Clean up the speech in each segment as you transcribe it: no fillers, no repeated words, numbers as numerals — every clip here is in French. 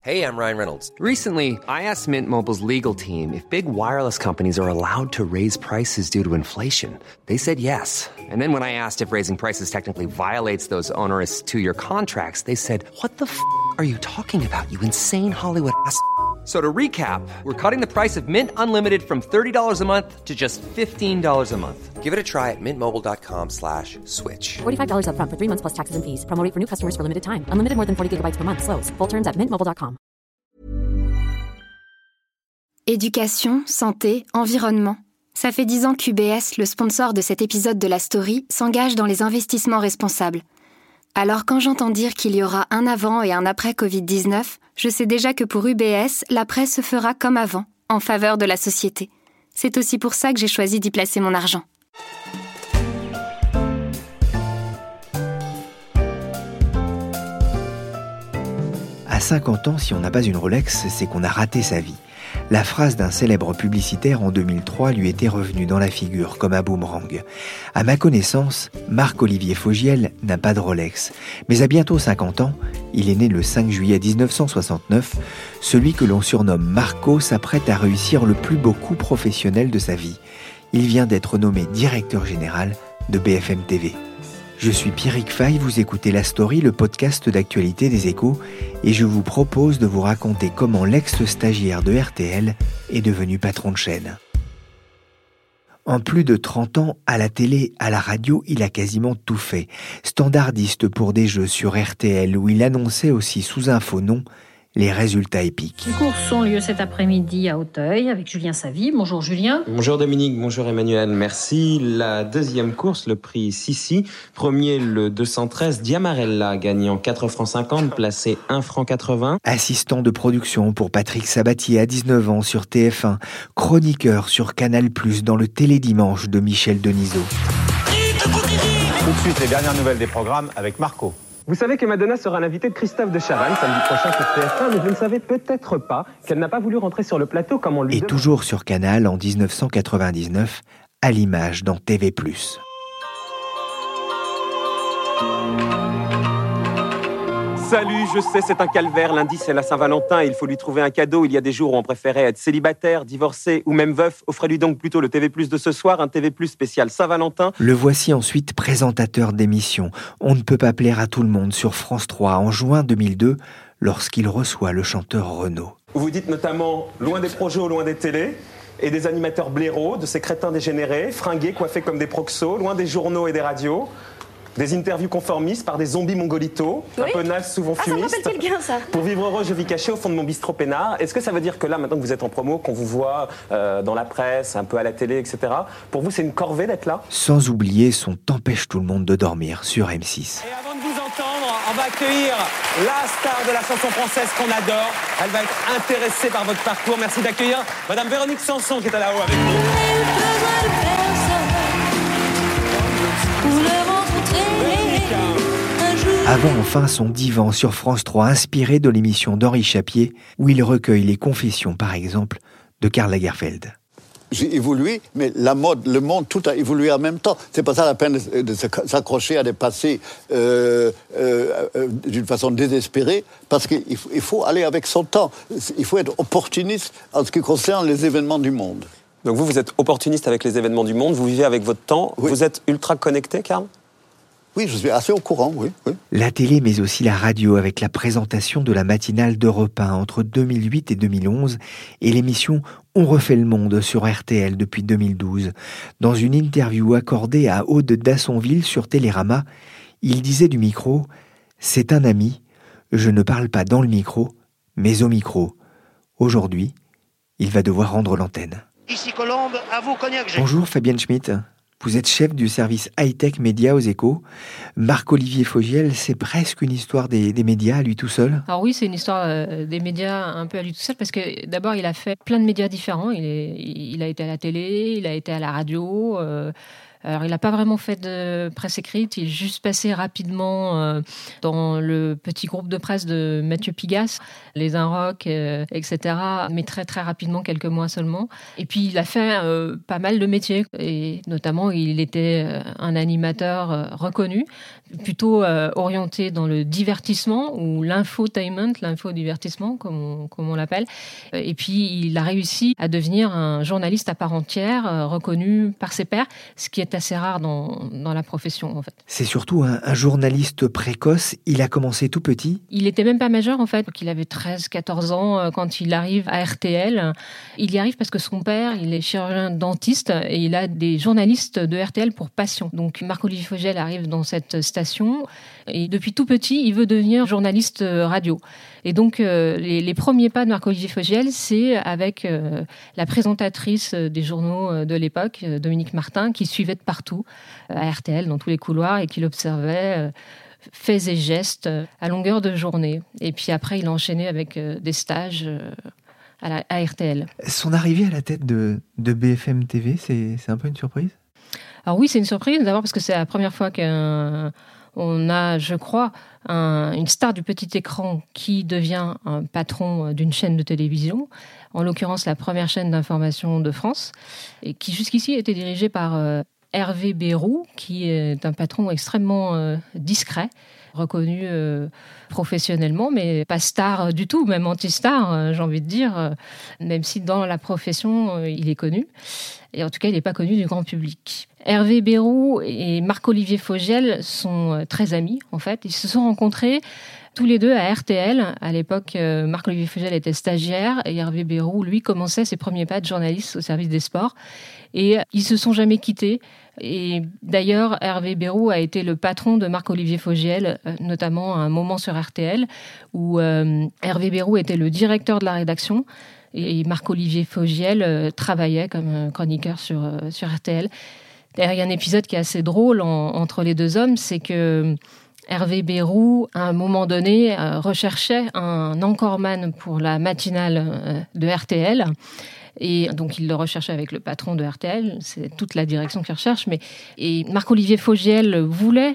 Hey, I'm Ryan Reynolds. Recently, I asked Mint Mobile's legal team if big wireless companies are allowed to raise prices due to inflation. They said yes. And then when I asked if raising prices technically violates those onerous two-year contracts, they said, "What the f*** are you talking about, you insane Hollywood ass?" So to recap, we're cutting the price of Mint Unlimited from $30 a month to just $15 a month. Give it a try at mintmobile.com/switch. $45 up front for 3 months plus taxes and fees. Promo rate for new customers for limited time. Unlimited more than 40 gigabytes per month. Slows full terms at mintmobile.com. Éducation, santé, environnement. Ça fait 10 ans qu'UBS, le sponsor de cet épisode de la story, s'engage dans les investissements responsables. Alors quand j'entends dire qu'il y aura un avant et un après Covid-19, je sais déjà que pour UBS, l'après se fera comme avant, en faveur de la société. C'est aussi pour ça que j'ai choisi d'y placer mon argent. À 50 ans, si on n'a pas une Rolex, c'est qu'on a raté sa vie. La phrase d'un célèbre publicitaire en 2003 lui était revenue dans la figure comme un boomerang. À ma connaissance, Marc-Olivier Fogiel n'a pas de Rolex. Mais à bientôt 50 ans, il est né le 5 juillet 1969, celui que l'on surnomme Marco s'apprête à réussir le plus beau coup professionnel de sa vie. Il vient d'être nommé directeur général de BFM TV. Je suis Pierrick Fay, vous écoutez La Story, le podcast d'actualité des Échos, et je vous propose de vous raconter comment l'ex-stagiaire de RTL est devenu patron de chaîne. En plus de 30 ans, à la télé, à la radio, il a quasiment tout fait. Standardiste pour des jeux sur RTL, où il annonçait aussi sous un faux nom les résultats épiques. Les courses ont lieu cet après-midi à Auteuil avec Julien Savy. Bonjour Julien. Bonjour Dominique, bonjour Emmanuel, merci. La deuxième course, le prix Sissi. Premier, le 213 Diamarella, gagnant 4 francs 50, placé 1 franc 80. Assistant de production pour Patrick Sabatier à 19 ans sur TF1. Chroniqueur sur Canal+, dans le Télédimanche de Michel Denisot. Tout de suite, les dernières nouvelles des programmes avec Marco. Vous savez que Madonna sera l'invitée de Christophe de Chavannes samedi prochain sur TF1, mais vous ne savez peut-être pas qu'elle n'a pas voulu rentrer sur le plateau comme on lui demande. Et toujours sur Canal en 1999, à l'image dans TV+. Salut, je sais, c'est un calvaire. Lundi, c'est la Saint-Valentin et il faut lui trouver un cadeau. Il y a des jours où on préférait être célibataire, divorcé ou même veuf. Offrez-lui donc plutôt le TV+ de ce soir, un TV+ spécial Saint-Valentin. Le voici ensuite présentateur d'émission. On ne peut pas plaire à tout le monde sur France 3 en juin 2002, lorsqu'il reçoit le chanteur Renaud. Vous dites notamment loin des projets, loin des télés. Et des animateurs blaireaux, de ces crétins dégénérés, fringués, coiffés comme des proxos, loin des journaux et des radios. Des interviews conformistes par des zombies mongolitos, un peu nazes, souvent fumistes. Ça me rappelle quelqu'un, ça. Pour vivre heureux, je vis caché au fond de mon bistrot peinard. Est-ce que ça veut dire que là, maintenant que vous êtes en promo, qu'on vous voit dans la presse, un peu à la télé, etc., pour vous, c'est une corvée d'être là ? Sans oublier son T'empêche tout le monde de dormir sur M6. Et avant de vous entendre, on va accueillir la star de la chanson française qu'on adore. Elle va être intéressée par votre parcours. Merci d'accueillir Madame Véronique Sanson qui est là-haut avec nous. Avant enfin son divan sur France 3 inspiré de l'émission d'Henri Chapier où il recueille les confessions par exemple de Karl Lagerfeld. J'ai évolué, mais la mode, le monde, tout a évolué en même temps. C'est pas ça la peine de s'accrocher à des passés d'une façon désespérée, parce qu'il faut aller avec son temps. Il faut être opportuniste en ce qui concerne les événements du monde. Donc vous êtes opportuniste avec les événements du monde, vous vivez avec votre temps, oui. Vous êtes ultra connecté, Karl ? Oui, je suis assez au courant, oui. La télé, mais aussi la radio, avec la présentation de la matinale d'Europe 1 entre 2008 et 2011, et l'émission On refait le monde sur RTL depuis 2012. Dans une interview accordée à Aude Dassonville sur Télérama, il disait du micro « C'est un ami, je ne parle pas dans le micro, mais au micro. Aujourd'hui, il va devoir rendre l'antenne. » Ici Colombe, à vous Cognac. Bonjour Fabienne Schmitt. Vous êtes chef du service high-tech média aux Échos. Marc-Olivier Fogiel, c'est presque une histoire des médias à lui tout seul. Alors oui, c'est une histoire des médias un peu à lui tout seul, parce que d'abord, il a fait plein de médias différents. Il a été à la télé, il a été à la radio, Alors, il n'a pas vraiment fait de presse écrite, il est juste passé rapidement dans le petit groupe de presse de Mathieu Pigasse, Les Inrocks, etc., mais très très rapidement, quelques mois seulement. Et puis, il a fait pas mal de métiers, et notamment, il était un animateur reconnu, plutôt orienté dans le divertissement, ou l'infotainment, l'infodivertissement, comme on l'appelle. Et puis, il a réussi à devenir un journaliste à part entière, reconnu par ses pairs, ce qui est assez rare dans la profession, en fait. C'est surtout un journaliste précoce. Il a commencé tout petit. Il n'était même pas majeur, en fait. Il avait 13-14 ans quand il arrive à RTL. Il y arrive parce que son père, il est chirurgien dentiste et il a des journalistes de RTL pour passion. Donc, Marc-Olivier Fogiel arrive dans cette station et depuis tout petit, il veut devenir journaliste radio. Et donc, les premiers pas de Marc-Olivier Fogiel, c'est avec la présentatrice des journaux de l'époque, Dominique Martin, qui suivait de partout à RTL, dans tous les couloirs, et qui l'observait faits et gestes à longueur de journée. Et puis après, il a enchaîné avec des stages à RTL. Son arrivée à la tête de BFM TV, c'est un peu une surprise ? Alors oui, c'est une surprise, d'abord parce que c'est la première fois qu'on a, je crois, une star du petit écran qui devient un patron d'une chaîne de télévision, en l'occurrence la première chaîne d'information de France, et qui jusqu'ici était dirigée par Hervé Bérou, qui est un patron extrêmement discret, reconnu professionnellement, mais pas star du tout, même anti-star, j'ai envie de dire, même si dans la profession, il est connu. Et en tout cas, il n'est pas connu du grand public. Hervé Bérou et Marc-Olivier Fogiel sont très amis, en fait. Ils se sont rencontrés tous les deux à RTL. À l'époque, Marc-Olivier Fogiel était stagiaire et Hervé Bérou, lui, commençait ses premiers pas de journaliste au service des sports. Et ils se sont jamais quittés. Et d'ailleurs, Hervé Bérou a été le patron de Marc-Olivier Fogiel, notamment à un moment sur RTL, où Hervé Bérou était le directeur de la rédaction. Et Marc-Olivier Fogiel travaillait comme chroniqueur sur RTL. D'ailleurs, il y a un épisode qui est assez drôle entre les deux hommes, c'est que Hervé Bérou, à un moment donné, recherchait un anchorman pour la matinale de RTL. Et donc, il le recherchait avec le patron de RTL. C'est toute la direction qu'il recherche. Et Marc-Olivier Fogiel voulait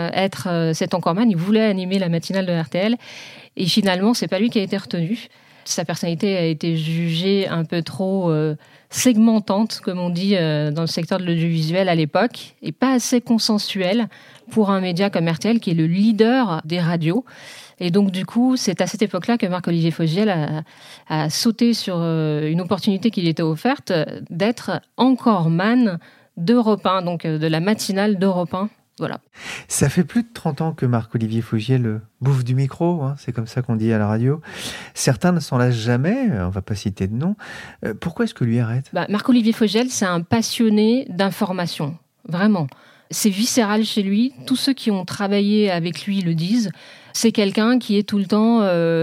être cet anchorman. Il voulait animer la matinale de RTL. Et finalement, c'est pas lui qui a été retenu. Sa personnalité a été jugée un peu trop segmentante, comme on dit dans le secteur de l'audiovisuel à l'époque, et pas assez consensuelle pour un média comme RTL, qui est le leader des radios. Et donc, du coup, c'est à cette époque-là que Marc-Olivier Fogiel a sauté sur une opportunité qui lui était offerte d'être anchorman d'Europe 1, donc de la matinale d'Europe 1. Voilà. Ça fait plus de 30 ans que Marc-Olivier Fogiel bouffe du micro, hein, c'est comme ça qu'on dit à la radio. Certains ne s'en lassent jamais, on ne va pas citer de nom. Pourquoi est-ce que lui arrête ? Marc-Olivier Fogiel, c'est un passionné d'information, vraiment. C'est viscéral chez lui, tous ceux qui ont travaillé avec lui le disent. C'est quelqu'un qui est tout le temps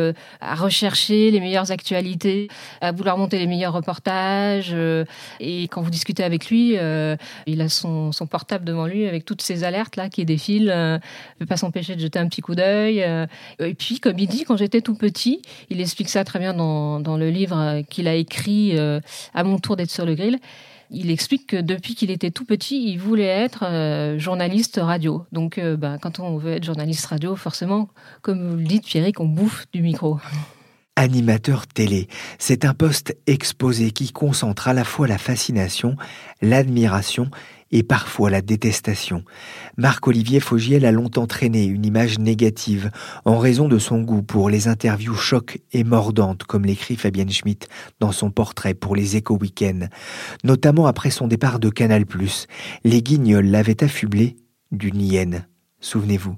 à rechercher les meilleures actualités, à vouloir monter les meilleurs reportages. Et quand vous discutez avec lui, il a son portable devant lui avec toutes ces alertes là qui défilent. Il ne peut pas s'empêcher de jeter un petit coup d'œil. Et puis, comme il dit, quand j'étais tout petit, il explique ça très bien dans le livre qu'il a écrit « À mon tour d'être sur le grill ». Il explique que depuis qu'il était tout petit, il voulait être journaliste radio. Donc, quand on veut être journaliste radio, forcément, comme vous le dites, Pierrick, on bouffe du micro. Animateur télé, c'est un poste exposé qui concentre à la fois la fascination, l'admiration et parfois la détestation. Marc-Olivier Fogiel a longtemps traîné une image négative en raison de son goût pour les interviews chocs et mordantes, comme l'écrit Fabienne Schmitt dans son portrait pour les Échos Week-end. Notamment après son départ de Canal+, les Guignols l'avaient affublé d'une hyène. Souvenez-vous.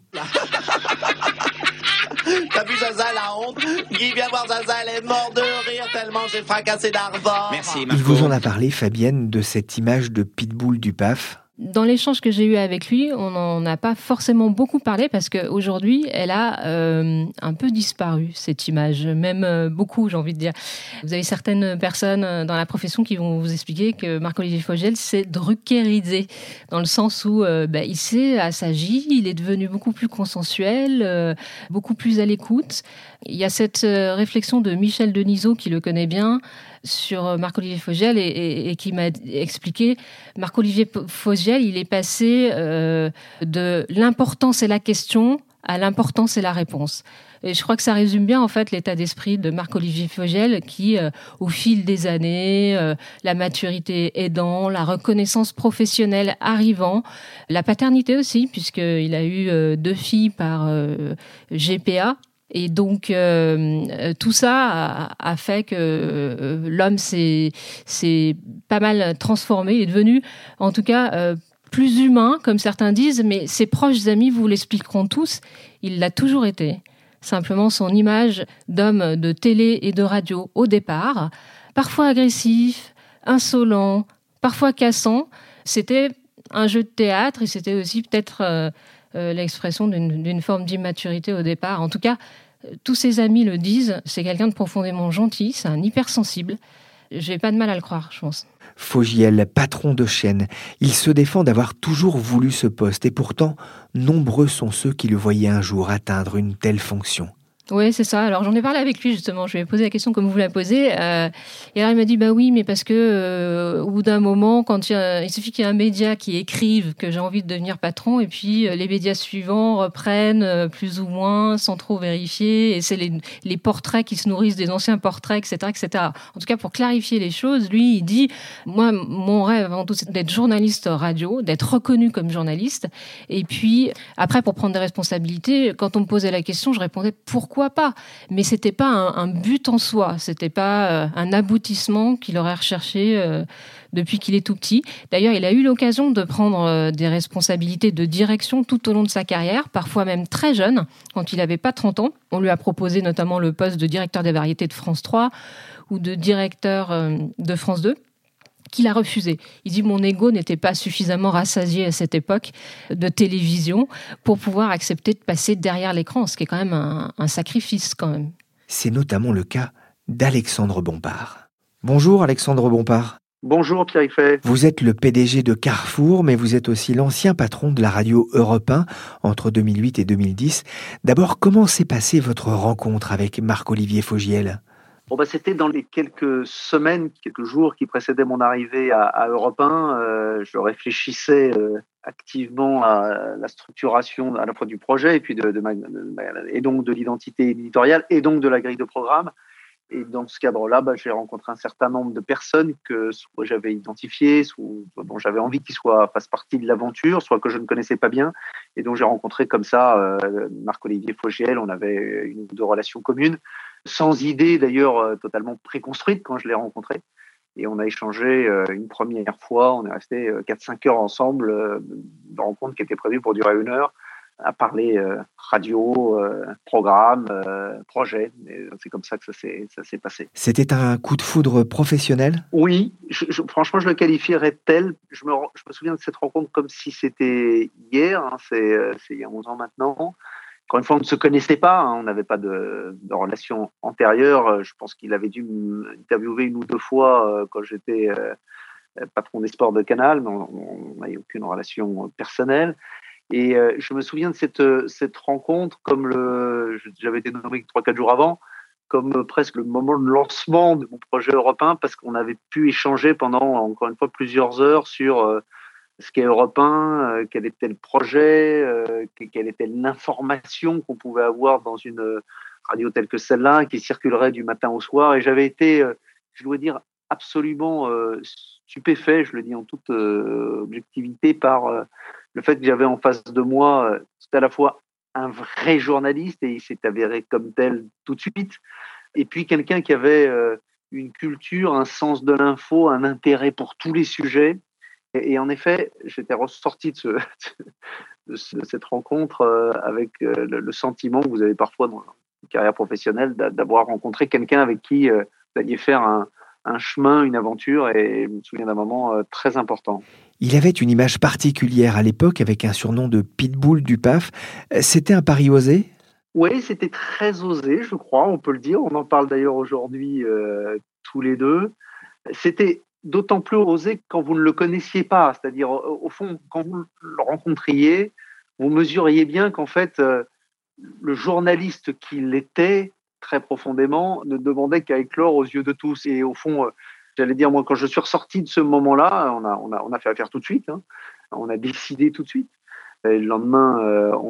T'as vu Zaza, la honte? Guy, viens voir Zaza, elle est morte de rire tellement j'ai fracassé d'argent. Merci, Marco. Il vous en a parlé, Fabienne, de cette image de pitbull du PAF. Dans l'échange que j'ai eu avec lui, on n'en a pas forcément beaucoup parlé parce qu'aujourd'hui, elle a un peu disparu, cette image. Même beaucoup, j'ai envie de dire. Vous avez certaines personnes dans la profession qui vont vous expliquer que Marc-Olivier Fogiel s'est druckerisé, dans le sens où il s'est assagi, il est devenu beaucoup plus consensuel, beaucoup plus à l'écoute. il y a cette réflexion de Michel Denisot, qui le connaît bien, sur Marc-Olivier Fogiel et qui m'a expliqué, Marc-Olivier Fogiel, il est passé de l'important c'est la question à l'important c'est la réponse. Et je crois que ça résume bien en fait l'état d'esprit de Marc-Olivier Fogiel qui, au fil des années, la maturité aidant, la reconnaissance professionnelle arrivant, la paternité aussi, puisqu'il a eu 2 filles par GPA. Et donc, tout ça a fait que l'homme s'est pas mal transformé, est devenu, en tout cas, plus humain, comme certains disent, mais ses proches amis vous l'expliqueront tous, il l'a toujours été. Simplement, son image d'homme de télé et de radio au départ, parfois agressif, insolent, parfois cassant, c'était un jeu de théâtre et c'était aussi peut-être l'expression d'une forme d'immaturité au départ. En tout cas, tous ses amis le disent, c'est quelqu'un de profondément gentil, c'est un hypersensible. J'ai pas de mal à le croire, je pense. Fogiel, patron de chaîne, il se défend d'avoir toujours voulu ce poste et pourtant, nombreux sont ceux qui le voyaient un jour atteindre une telle fonction. Oui, c'est ça. Alors, j'en ai parlé avec lui, justement. Je lui ai posé la question comme vous la posez. Et alors, il m'a dit, bah oui, mais parce que au bout d'un moment, quand il suffit qu'il y ait un média qui écrive que j'ai envie de devenir patron, et puis les médias suivants reprennent plus ou moins, sans trop vérifier, et c'est les portraits qui se nourrissent des anciens portraits, etc., etc. En tout cas, pour clarifier les choses, lui, il dit, moi, mon rêve, avant tout, c'est d'être journaliste radio, d'être reconnu comme journaliste. Et puis, après, pour prendre des responsabilités, quand on me posait la question, je répondais, pourquoi pas, mais c'était pas un but en soi, c'était pas un aboutissement qu'il aurait recherché depuis qu'il est tout petit. D'ailleurs, il a eu l'occasion de prendre des responsabilités de direction tout au long de sa carrière, parfois même très jeune, quand il n'avait pas 30 ans. On lui a proposé notamment le poste de directeur des variétés de France 3 ou de directeur de France 2. Qu'il a refusé. Il dit, mon ego n'était pas suffisamment rassasié à cette époque de télévision pour pouvoir accepter de passer derrière l'écran, ce qui est quand même un sacrifice quand même. C'est notamment le cas d'Alexandre Bompard. Bonjour Alexandre Bompard. Bonjour Pierre Fay. Vous êtes le PDG de Carrefour, mais vous êtes aussi l'ancien patron de la radio Europe 1 entre 2008 et 2010. D'abord, comment s'est passée votre rencontre avec Marc-Olivier Fogiel ? C'était dans les quelques semaines, quelques jours qui précédaient mon arrivée à Europe 1. Je réfléchissais activement à la structuration à la fois du projet et puis et donc de l'identité éditoriale et donc de la grille de programme. Et dans ce cadre-là, j'ai rencontré un certain nombre de personnes que soit j'avais identifiées, soit dont j'avais envie qu'ils fassent partie de l'aventure, soit que je ne connaissais pas bien, et donc j'ai rencontré comme ça Marc-Olivier Fogiel. On avait une ou deux relations communes, sans idée d'ailleurs totalement préconstruite quand je l'ai rencontré. Et on a échangé une première fois, on est resté 4-5 heures ensemble, une rencontre qui était prévue pour durer 1 heure, à parler radio, programme, projet. Et c'est comme ça que ça s'est passé. C'était un coup de foudre professionnel ? Oui, franchement, je le qualifierais tel. Je me souviens de cette rencontre comme si c'était hier, c'est il y a 11 ans maintenant. Encore une fois, on ne se connaissait pas, on n'avait pas de relation antérieure. Je pense qu'il avait dû m'interviewer 1 ou 2 fois quand j'étais patron des sports de Canal, mais on n'avait aucune relation personnelle. Et je me souviens de cette rencontre comme j'avais été nommé 3-4 jours avant, comme presque le moment de lancement de mon projet Europe 1, parce qu'on avait pu échanger pendant, encore une fois, plusieurs heures sur ce qu'est Europe 1, quel était le projet, quelle était l'information qu'on pouvait avoir dans une radio telle que celle-là, qui circulerait du matin au soir. Et j'avais été, je dois dire, absolument stupéfait, je le dis en toute objectivité, par le fait que j'avais en face de moi, c'était à la fois un vrai journaliste, et il s'est avéré comme tel tout de suite, et puis quelqu'un qui avait une culture, un sens de l'info, un intérêt pour tous les sujets. Et en effet, j'étais ressorti de cette rencontre avec le sentiment que vous avez parfois dans une carrière professionnelle d'avoir rencontré quelqu'un avec qui vous alliez faire un chemin, une aventure, et je me souviens d'un moment très important. Il avait une image particulière à l'époque avec un surnom de Pitbull du PAF. C'était un pari osé ? Oui, c'était très osé, je crois, on peut le dire. On en parle d'ailleurs aujourd'hui tous les deux. C'était d'autant plus osé quand vous ne le connaissiez pas. C'est-à-dire, au fond, quand vous le rencontriez, vous mesuriez bien qu'en fait, le journaliste qu'il était très profondément, ne demandait qu'à éclore aux yeux de tous. Et au fond, j'allais dire, moi, quand je suis ressorti de ce moment-là, on a fait affaire tout de suite. Hein. On a décidé tout de suite. Et le lendemain,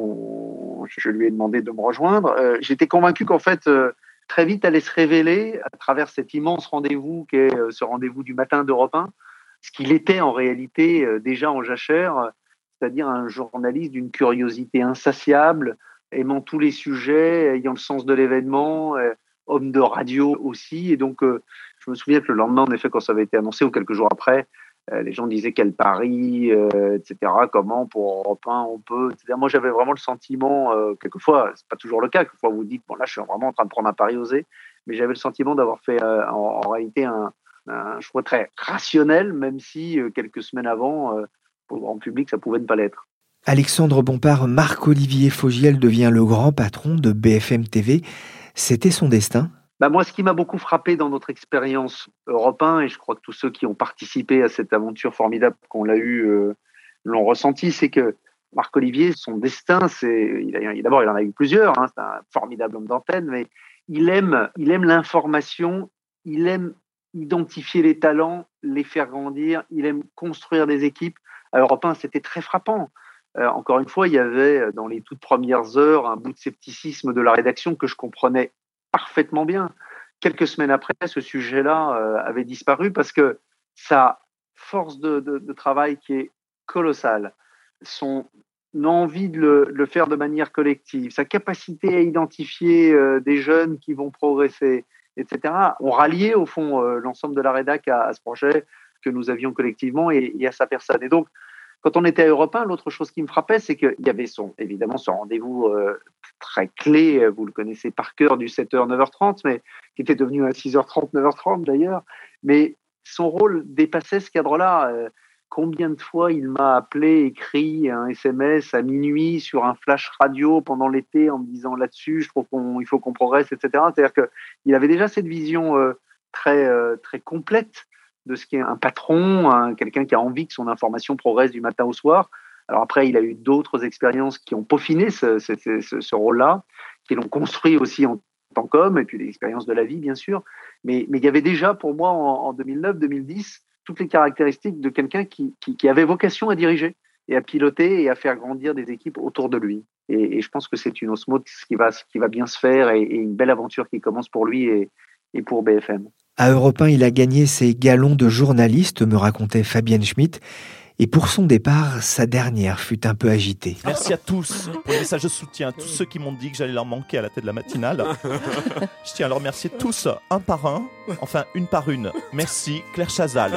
je lui ai demandé de me rejoindre. J'étais convaincu qu'en fait, très vite, allait se révéler à travers cet immense rendez-vous qu'est ce rendez-vous du matin d'Europe 1, ce qu'il était en réalité déjà en jachère, c'est-à-dire un journaliste d'une curiosité insatiable, aimant tous les sujets, ayant le sens de l'événement, homme de radio aussi. Et donc, je me souviens que le lendemain, en effet, quand ça avait été annoncé, ou quelques jours après, les gens disaient quel pari, etc. Comment pour Europe 1 on peut, etc. Moi, j'avais vraiment le sentiment, quelquefois, c'est pas toujours le cas, quelquefois vous dites, bon là, je suis vraiment en train de prendre un pari osé, mais j'avais le sentiment d'avoir fait en réalité un choix très rationnel, même si quelques semaines avant, pour le grand public, ça pouvait ne pas l'être. Alexandre Bompard, Marc-Olivier Fogiel devient le grand patron de BFM TV. C'était son destin ? Moi, ce qui m'a beaucoup frappé dans notre expérience Europe 1, et je crois que tous ceux qui ont participé à cette aventure formidable qu'on l'a eue l'ont ressenti, c'est que Marc-Olivier, son destin, d'abord, il en a eu plusieurs, hein, c'est un formidable homme d'antenne, mais il aime l'information, il aime identifier les talents, les faire grandir, il aime construire des équipes. À Europe 1, c'était très frappant. Encore une fois, il y avait dans les toutes premières heures un bout de scepticisme de la rédaction que je comprenais parfaitement bien. Quelques semaines après, ce sujet-là avait disparu parce que sa force de travail qui est colossale, son envie de le faire de manière collective, sa capacité à identifier des jeunes qui vont progresser, etc., ont rallié au fond l'ensemble de la rédac à ce projet que nous avions collectivement et à sa personne. Et donc, quand on était à Europe 1, l'autre chose qui me frappait, c'est qu'il y avait évidemment ce rendez-vous très clé, vous le connaissez par cœur, du 7h, 9h30, mais qui était devenu à 6h30, 9h30 d'ailleurs. Mais son rôle dépassait ce cadre-là. Combien de fois il m'a appelé, écrit un SMS à minuit sur un flash radio pendant l'été en me disant là-dessus, je trouve qu'il faut qu'on progresse, etc. C'est-à-dire qu'il avait déjà cette vision très, très complète de ce qu'est un patron, quelqu'un qui a envie que son information progresse du matin au soir. Alors après, il a eu d'autres expériences qui ont peaufiné ce rôle-là, qui l'ont construit aussi en tant qu'homme, et puis des expériences de la vie, bien sûr. Mais il y avait déjà, pour moi, en 2009-2010, toutes les caractéristiques de quelqu'un qui avait vocation à diriger et à piloter et à faire grandir des équipes autour de lui. Et je pense que c'est une osmose qui va bien se faire et une belle aventure qui commence pour lui et pour BFM. À Europe 1, il a gagné ses galons de journaliste, me racontait Fabienne Schmitt. Et pour son départ, sa dernière fut un peu agitée. Merci à tous pour les messages de soutien, tous ceux qui m'ont dit que j'allais leur manquer à la tête de la matinale. Je tiens à leur remercier tous, un par un, enfin une par une. Merci Claire Chazal.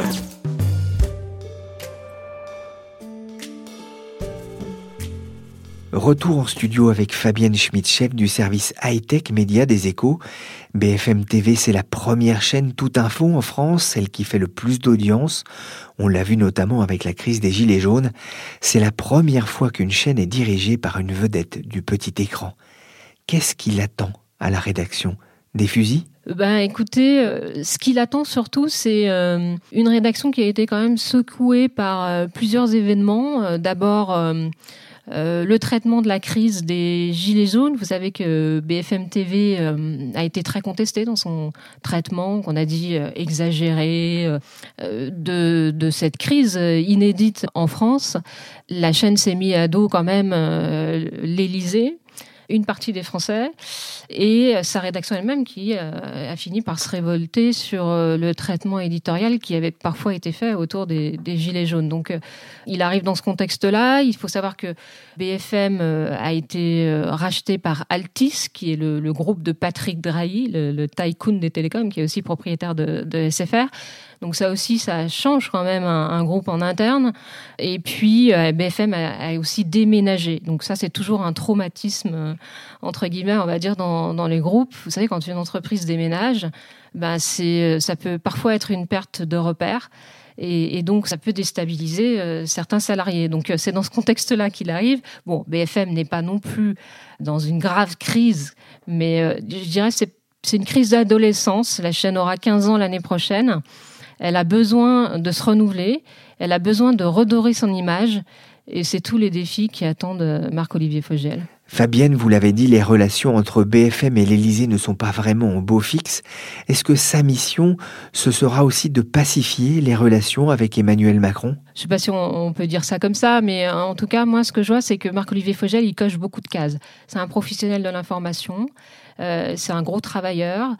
Retour en studio avec Fabienne Schmitt, chef du service high-tech média des Échos. BFM TV, c'est la première chaîne tout info en France, celle qui fait le plus d'audience. On l'a vu notamment avec la crise des Gilets jaunes. C'est la première fois qu'une chaîne est dirigée par une vedette du petit écran. Qu'est-ce qui l'attend à la rédaction ? Des fusils ? Écoutez, ce qui l'attend surtout, c'est une rédaction qui a été quand même secouée par plusieurs événements. D'abord, le traitement de la crise des Gilets jaunes. Vous savez que BFM TV a été très contesté dans son traitement, qu'on a dit exagéré, de cette crise inédite en France. La chaîne s'est mise à dos quand même l'Élysée, une partie des Français, et sa rédaction elle-même qui a fini par se révolter sur le traitement éditorial qui avait parfois été fait autour des Gilets jaunes. Donc il arrive dans ce contexte-là. Il faut savoir que BFM a été racheté par Altice, qui est le groupe de Patrick Drahi, le tycoon des télécoms, qui est aussi propriétaire de SFR. Donc ça aussi, ça change quand même un groupe en interne. Et puis, BFM a aussi déménagé. Donc ça, c'est toujours un traumatisme, entre guillemets, on va dire, dans les groupes. Vous savez, quand une entreprise déménage, ça peut parfois être une perte de repères. Et donc, ça peut déstabiliser certains salariés. Donc, c'est dans ce contexte-là qu'il arrive. Bon, BFM n'est pas non plus dans une grave crise, mais je dirais que c'est une crise d'adolescence. La chaîne aura 15 ans l'année prochaine. Elle a besoin de se renouveler, elle a besoin de redorer son image, et c'est tous les défis qui attendent Marc-Olivier Fogiel. Fabienne, vous l'avez dit, les relations entre BFM et l'Élysée ne sont pas vraiment en beau fixe. Est-ce que sa mission, ce sera aussi de pacifier les relations avec Emmanuel Macron ? Je ne sais pas si on peut dire ça comme ça, mais en tout cas, moi, ce que je vois, c'est que Marc-Olivier Fogel, il coche beaucoup de cases. C'est un professionnel de l'information, c'est un gros travailleur,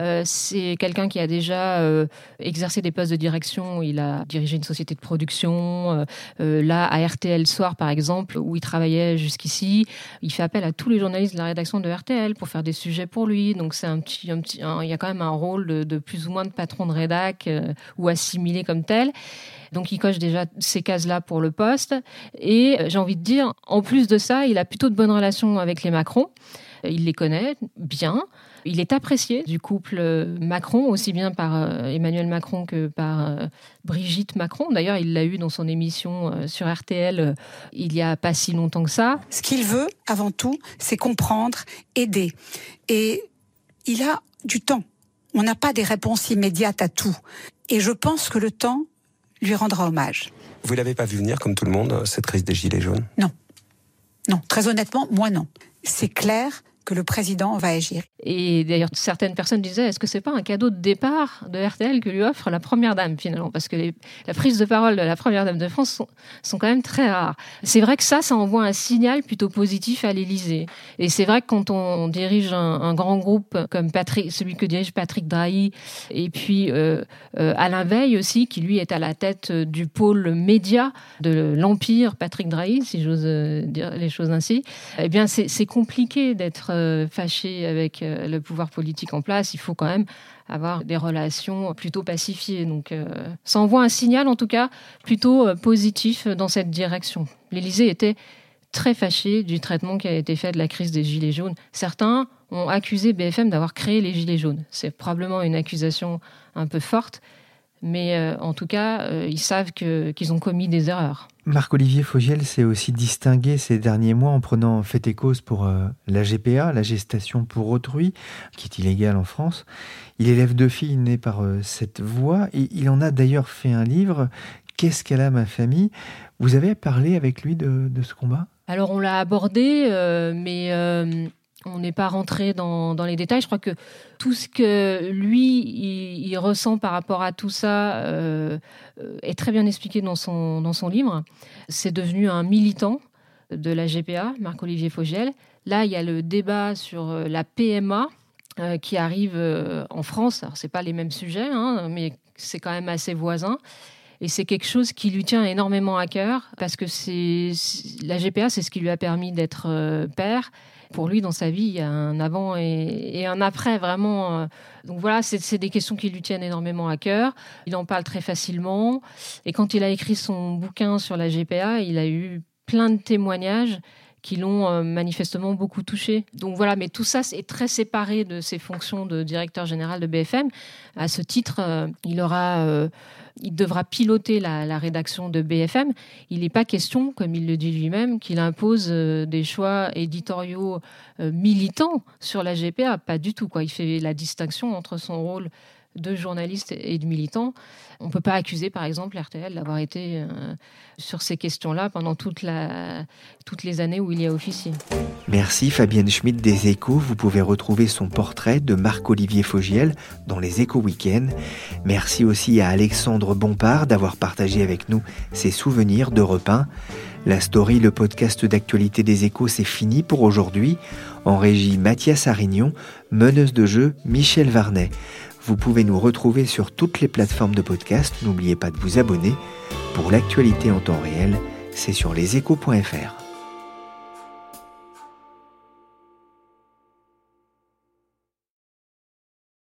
c'est quelqu'un qui a déjà exercé des postes de direction. Il a dirigé une société de production, là, à RTL Soir, par exemple, où il travaillait jusqu'ici. Il fait appel à tous les journalistes de la rédaction de RTL pour faire des sujets pour lui. Donc, c'est il y a quand même un rôle de plus ou moins de patron de rédac ou assimilé comme tel. Donc, il coche déjà ces cases-là pour le poste. Et j'ai envie de dire, en plus de ça, il a plutôt de bonnes relations avec les Macron. Il les connaît bien. Il est apprécié du couple Macron, aussi bien par Emmanuel Macron que par Brigitte Macron. D'ailleurs, il l'a eu dans son émission sur RTL il n'y a pas si longtemps que ça. Ce qu'il veut, avant tout, c'est comprendre, aider. Et il a du temps. On n'a pas des réponses immédiates à tout. Et je pense que le temps lui rendra hommage. Vous l'avez pas vu venir, comme tout le monde, cette crise des Gilets jaunes ? Non. Non, très honnêtement, moi non. C'est clair que le président va agir. Et d'ailleurs, certaines personnes disaient, est-ce que c'est pas un cadeau de départ de RTL que lui offre la Première Dame, finalement ? Parce que la prise de parole de la Première Dame de France sont quand même très rares. C'est vrai que ça envoie un signal plutôt positif à l'Élysée. Et c'est vrai que quand on dirige un grand groupe comme celui que dirige Patrick Drahi, et puis Alain Veil aussi, qui lui est à la tête du pôle média de l'Empire Patrick Drahi, si j'ose dire les choses ainsi, eh bien c'est compliqué d'être fâché avec le pouvoir politique en place. Il faut quand même avoir des relations plutôt pacifiées. Donc, ça envoie un signal, en tout cas, plutôt positif dans cette direction. L'Élysée était très fâché du traitement qui a été fait de la crise des Gilets jaunes. Certains ont accusé BFM d'avoir créé les Gilets jaunes. C'est probablement une accusation un peu forte, mais en tout cas, ils savent qu'ils ont commis des erreurs. Marc-Olivier Fogel s'est aussi distingué ces derniers mois en prenant fait et cause pour la GPA, la gestation pour autrui, qui est illégale en France. Il élève 2 filles nées par cette voie et il en a d'ailleurs fait un livre, « Qu'est-ce qu'elle a ma famille ?» Vous avez parlé avec lui de ce combat ? Alors on l'a abordé, mais on n'est pas rentré dans les détails. Je crois que tout ce que lui, il ressent par rapport à tout ça est très bien expliqué dans son livre. C'est devenu un militant de la GPA, Marc-Olivier Fogel. Là, il y a le débat sur la PMA qui arrive en France. Alors, ce n'est pas les mêmes sujets, mais c'est quand même assez voisin. Et c'est quelque chose qui lui tient énormément à cœur parce que la GPA, c'est ce qui lui a permis d'être père. Pour lui, dans sa vie, il y a un avant et un après, vraiment. Donc voilà, c'est des questions qui lui tiennent énormément à cœur. Il en parle très facilement. Et quand il a écrit son bouquin sur la GPA, il a eu plein de témoignages qui l'ont manifestement beaucoup touché. Donc voilà, mais tout ça est très séparé de ses fonctions de directeur général de BFM. À ce titre, il devra piloter la rédaction de BFM. Il n'est pas question, comme il le dit lui-même, qu'il impose des choix éditoriaux militants sur la GPA. Pas du tout, quoi. Il fait la distinction entre son rôle de journaliste et de militant. On ne peut pas accuser, par exemple, RTL d'avoir été sur ces questions-là pendant toutes les années où il y a officié. Merci Fabienne Schmitt des Échos. Vous pouvez retrouver son portrait de Marc-Olivier Fogel dans les Échos Week-end. Merci aussi à Alexandre Bompard d'avoir partagé avec nous ses souvenirs d'Europe 1. La story, le podcast d'actualité des Échos, c'est fini pour aujourd'hui. En régie, Mathias Arignon, meneuse de jeu, Michel Varnet. Vous pouvez nous retrouver sur toutes les plateformes de podcast. N'oubliez pas de vous abonner. Pour l'actualité en temps réel, c'est sur leséchos.fr.